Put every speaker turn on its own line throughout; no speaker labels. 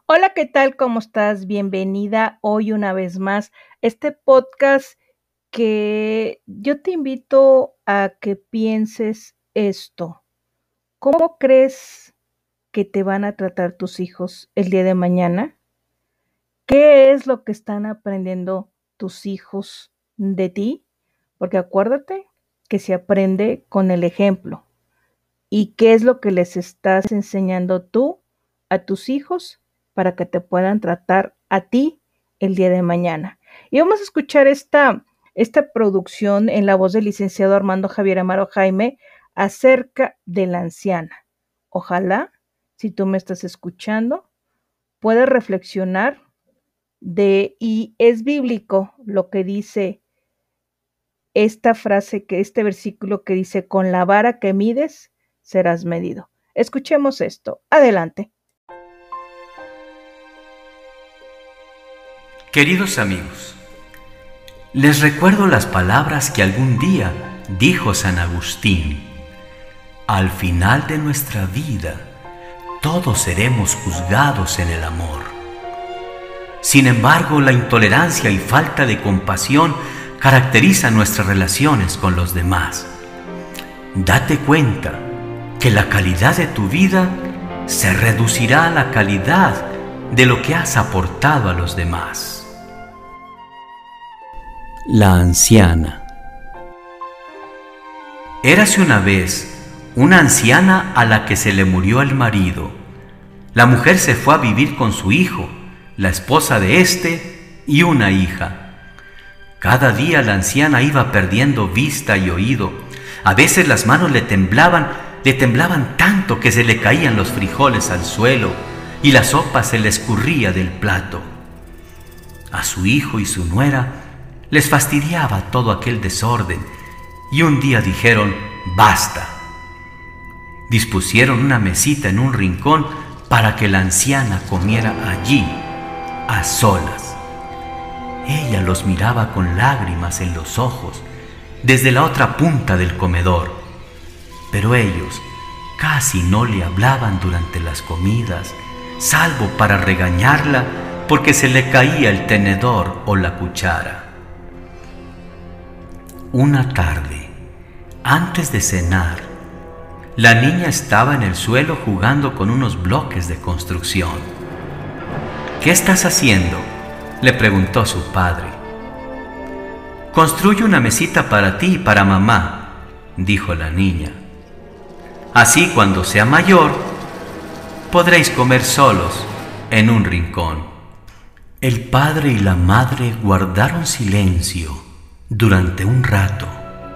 Hola, ¿qué tal? ¿Cómo estás? Bienvenida hoy una vez más a este podcast que yo te invito a que pienses esto. ¿Cómo crees que te van a tratar tus hijos el día de mañana? ¿Qué es lo que están aprendiendo tus hijos de ti? Porque acuérdate que se aprende con el ejemplo. ¿Y qué es lo que les estás enseñando tú a tus hijos para que te puedan tratar a ti el día de mañana? Y vamos a escuchar esta producción en la voz del licenciado Armando Javier Amaro Jaime acerca de la anciana. Ojalá, si tú me estás escuchando, puedas reflexionar y es bíblico lo que dice esta frase, este versículo que dice, con la vara que mides, serás medido. Escuchemos esto. Adelante.
Queridos amigos, les recuerdo las palabras que algún día dijo San Agustín. Al final de nuestra vida, todos seremos juzgados en el amor. Sin embargo, la intolerancia y falta de compasión caracterizan nuestras relaciones con los demás. Date cuenta que la calidad de tu vida se reducirá a la calidad de lo que has aportado a los demás. La anciana. Érase una vez una anciana a la que se le murió el marido. La mujer se fue a vivir con su hijo, la esposa de éste y una hija. Cada día la anciana iba perdiendo vista y oído. A veces las manos le temblaban tanto que se le caían los frijoles al suelo y la sopa se le escurría del plato. A su hijo y su nuera les fastidiaba todo aquel desorden y un día dijeron: basta. Dispusieron una mesita en un rincón para que la anciana comiera allí, a solas. Ella los miraba con lágrimas en los ojos desde la otra punta del comedor, pero ellos casi no le hablaban durante las comidas, salvo para regañarla porque se le caía el tenedor o la cuchara. Una tarde, antes de cenar, la niña estaba en el suelo jugando con unos bloques de construcción. ¿Qué estás haciendo?, le preguntó su padre. Construyo una mesita para ti y para mamá, dijo la niña. Así cuando sea mayor, podréis comer solos en un rincón. El padre y la madre guardaron silencio durante un rato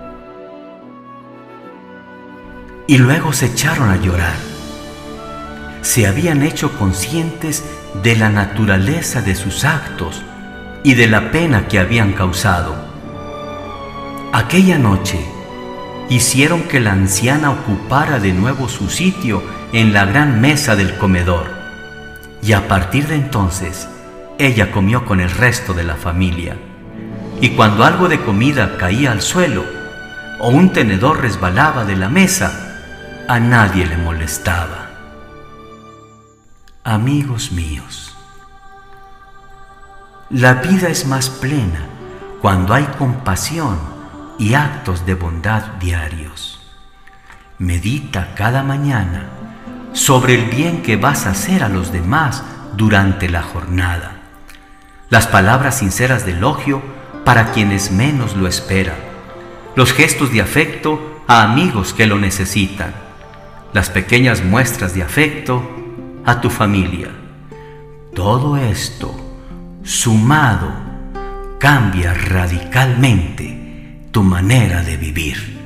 y luego se echaron a llorar. Se habían hecho conscientes de la naturaleza de sus actos y de la pena que habían causado. Aquella noche hicieron que la anciana ocupara de nuevo su sitio en la gran mesa del comedor, y a partir de entonces ella comió con el resto de la familia. Y cuando algo de comida caía al suelo o un tenedor resbalaba de la mesa, a nadie le molestaba. Amigos míos, la vida es más plena cuando hay compasión y actos de bondad diarios. Medita cada mañana sobre el bien que vas a hacer a los demás durante la jornada. Las palabras sinceras de elogio para quienes menos lo esperan. Los gestos de afecto a amigos que lo necesitan. Las pequeñas muestras de afecto a tu familia. Todo esto, sumado, cambia radicalmente tu manera de vivir.